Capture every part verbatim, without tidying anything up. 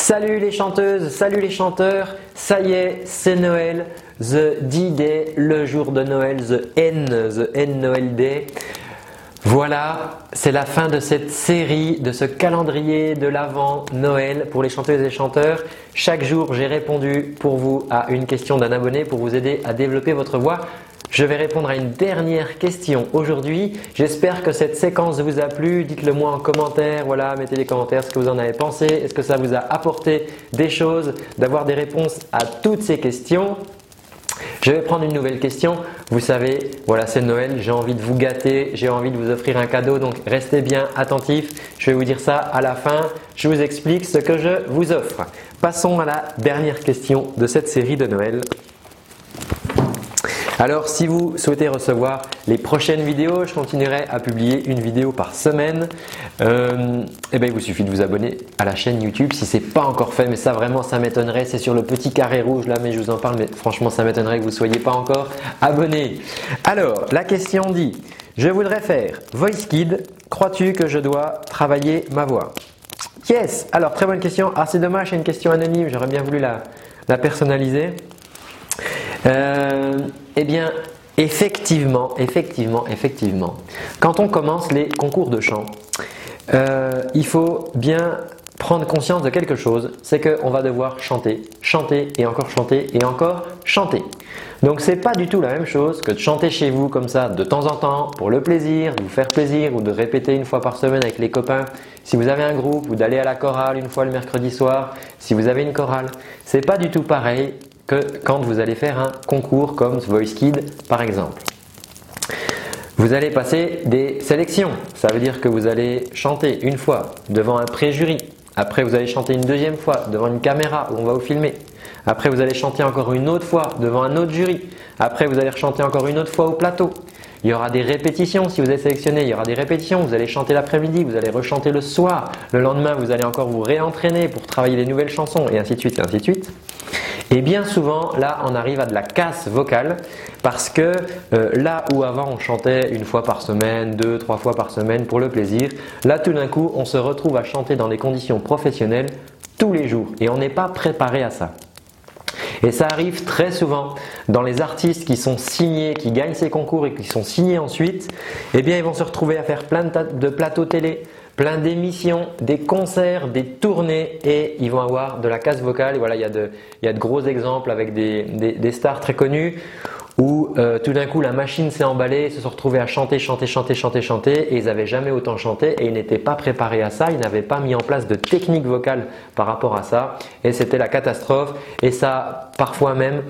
Salut les chanteuses, salut les chanteurs, ça y est, c'est Noël, the D-Day, le jour de Noël, the N, the N Noël Day. Voilà, c'est la fin de cette série, de ce calendrier de l'Avent Noël pour les chanteuses et chanteurs. Chaque jour, j'ai répondu pour vous à une question d'un abonné pour vous aider à développer votre voix. Je vais répondre à une dernière question aujourd'hui. J'espère que cette séquence vous a plu. Dites-le moi en commentaire. Voilà, mettez des commentaires ce que vous en avez pensé. Est-ce que ça vous a apporté des choses, d'avoir des réponses à toutes ces questions? Je vais prendre une nouvelle question. Vous savez, voilà, c'est Noël. J'ai envie de vous gâter. J'ai envie de vous offrir un cadeau. Donc, restez bien attentifs. Je vais vous dire ça à la fin. Je vous explique ce que je vous offre. Passons à la dernière question de cette série de Noël. Alors, si vous souhaitez recevoir les prochaines vidéos, je continuerai à publier une vidéo par semaine. Euh, et bien, il vous suffit de vous abonner à la chaîne YouTube si ce n'est pas encore fait. Mais ça, vraiment, ça m'étonnerait. C'est sur le petit carré rouge là, mais je vous en parle. Mais franchement, ça m'étonnerait que vous ne soyez pas encore abonné. Alors, la question dit « Je voudrais faire Voice Kid. Crois-tu que je dois travailler ma voix ?» Yes! Alors, très bonne question. Ah, c'est dommage, c'est une question anonyme. J'aurais bien voulu la, la personnaliser. Euh, eh bien, effectivement, effectivement, effectivement, quand on commence les concours de chant, euh, il faut bien prendre conscience de quelque chose, c'est qu'on va devoir chanter, chanter et encore chanter et encore chanter. Donc, c'est pas du tout la même chose que de chanter chez vous comme ça de temps en temps pour le plaisir, de vous faire plaisir ou de répéter une fois par semaine avec les copains. Si vous avez un groupe ou d'aller à la chorale une fois le mercredi soir, si vous avez une chorale, c'est pas du tout pareil que quand vous allez faire un concours comme The Voice Kid par exemple. Vous allez passer des sélections, ça veut dire que vous allez chanter une fois devant un pré-jury, après vous allez chanter une deuxième fois devant une caméra où on va vous filmer, après vous allez chanter encore une autre fois devant un autre jury, après vous allez chanter encore une autre fois au plateau. Il y aura des répétitions si vous êtes sélectionné, il y aura des répétitions, vous allez chanter l'après-midi, vous allez rechanter le soir, le lendemain vous allez encore vous réentraîner pour travailler les nouvelles chansons et ainsi de suite et ainsi de suite. Et bien souvent, là, on arrive à de la casse vocale parce que euh, là où avant on chantait une fois par semaine, deux, trois fois par semaine pour le plaisir, là tout d'un coup, on se retrouve à chanter dans des conditions professionnelles tous les jours et on n'est pas préparé à ça. Et ça arrive très souvent dans les artistes qui sont signés, qui gagnent ces concours et qui sont signés ensuite, eh bien ils vont se retrouver à faire plein de, de plateaux télé, plein d'émissions, des concerts, des tournées et ils vont avoir de la casse vocale. Et voilà, il y a de, il y a de gros exemples avec des, des, des stars très connues où euh, tout d'un coup la machine s'est emballée, ils se sont retrouvés à chanter, chanter, chanter, chanter, chanter et ils n'avaient jamais autant chanté et ils n'étaient pas préparés à ça, ils n'avaient pas mis en place de technique vocale par rapport à ça et c'était la catastrophe et ça parfois même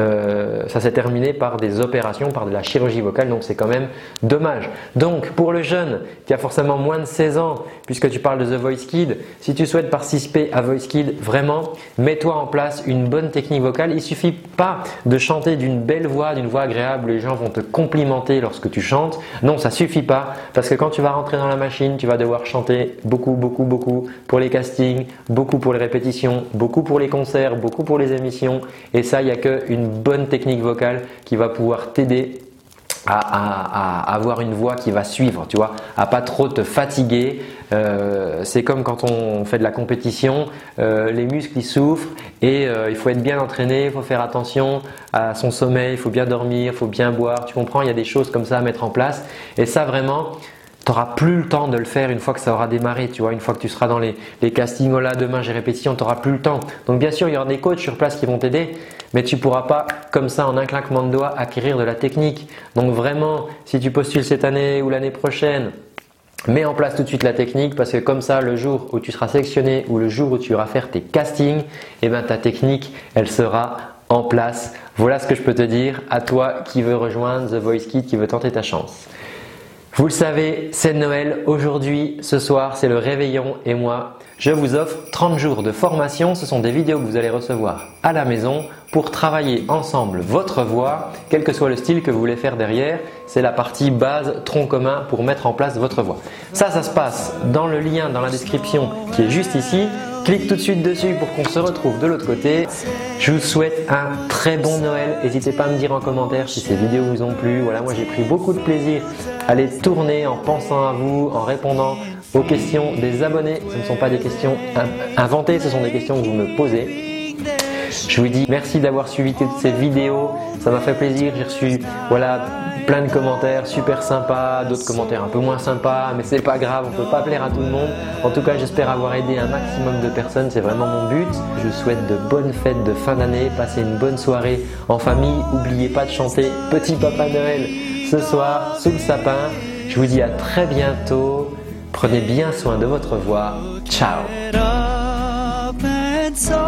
euh, ça s'est terminé par des opérations, par de la chirurgie vocale donc c'est quand même dommage. Donc pour le jeune qui a forcément moins de seize ans puisque tu parles de The Voice Kid, si tu souhaites participer à Voice Kid, vraiment mets-toi en place une bonne technique vocale, il suffit pas de chanter d'une belle voix, d'une voix agréable, les gens vont te complimenter lorsque tu chantes. Non, ça suffit pas parce que quand tu vas rentrer dans la machine, tu vas devoir chanter beaucoup, beaucoup, beaucoup pour les castings, beaucoup pour les répétitions, beaucoup pour les concerts, beaucoup pour les émissions. Et ça, il n'y a qu'une bonne technique vocale qui va pouvoir t'aider À, à, à avoir une voix qui va suivre, tu vois, à pas trop te fatiguer. Euh, c'est comme quand on fait de la compétition, euh, les muscles ils souffrent et euh, il faut être bien entraîné, il faut faire attention à son sommeil, il faut bien dormir, il faut bien boire. Tu comprends, il y a des choses comme ça à mettre en place et ça vraiment. Tu n'auras plus le temps de le faire une fois que ça aura démarré, tu vois, une fois que tu seras dans les, les castings, oh là, demain j'ai répétition, tu n'auras plus le temps. Donc bien sûr, il y aura des coachs sur place qui vont t'aider, mais tu ne pourras pas comme ça en un claquement de doigts acquérir de la technique. Donc vraiment, si tu postules cette année ou l'année prochaine, mets en place tout de suite la technique parce que comme ça, le jour où tu seras sélectionné ou le jour où tu iras faire tes castings, eh ben, ta technique, elle sera en place. Voilà ce que je peux te dire à toi qui veux rejoindre The Voice Kid, qui veut tenter ta chance. Vous le savez, c'est Noël. Aujourd'hui, ce soir, c'est le réveillon et moi, je vous offre trente jours de formation. Ce sont des vidéos que vous allez recevoir à la maison pour travailler ensemble votre voix, quel que soit le style que vous voulez faire derrière. C'est la partie base, tronc commun pour mettre en place votre voix. Ça, ça se passe dans le lien dans la description qui est juste ici. Clique tout de suite dessus pour qu'on se retrouve de l'autre côté. Je vous souhaite un très bon Noël. N'hésitez pas à me dire en commentaire si ces vidéos vous ont plu. Voilà, moi j'ai pris beaucoup de plaisir à les tourner en pensant à vous, en répondant aux questions des abonnés. Ce ne sont pas des questions inventées, ce sont des questions que vous me posez. Je vous dis merci d'avoir suivi toutes ces vidéos, ça m'a fait plaisir, j'ai reçu voilà, plein de commentaires super sympas, d'autres commentaires un peu moins sympas, mais c'est pas grave, on ne peut pas plaire à tout le monde. En tout cas, j'espère avoir aidé un maximum de personnes, c'est vraiment mon but. Je vous souhaite de bonnes fêtes de fin d'année, passez une bonne soirée en famille, n'oubliez pas de chanter Petit Papa Noël ce soir sous le sapin. Je vous dis à très bientôt, prenez bien soin de votre voix, ciao.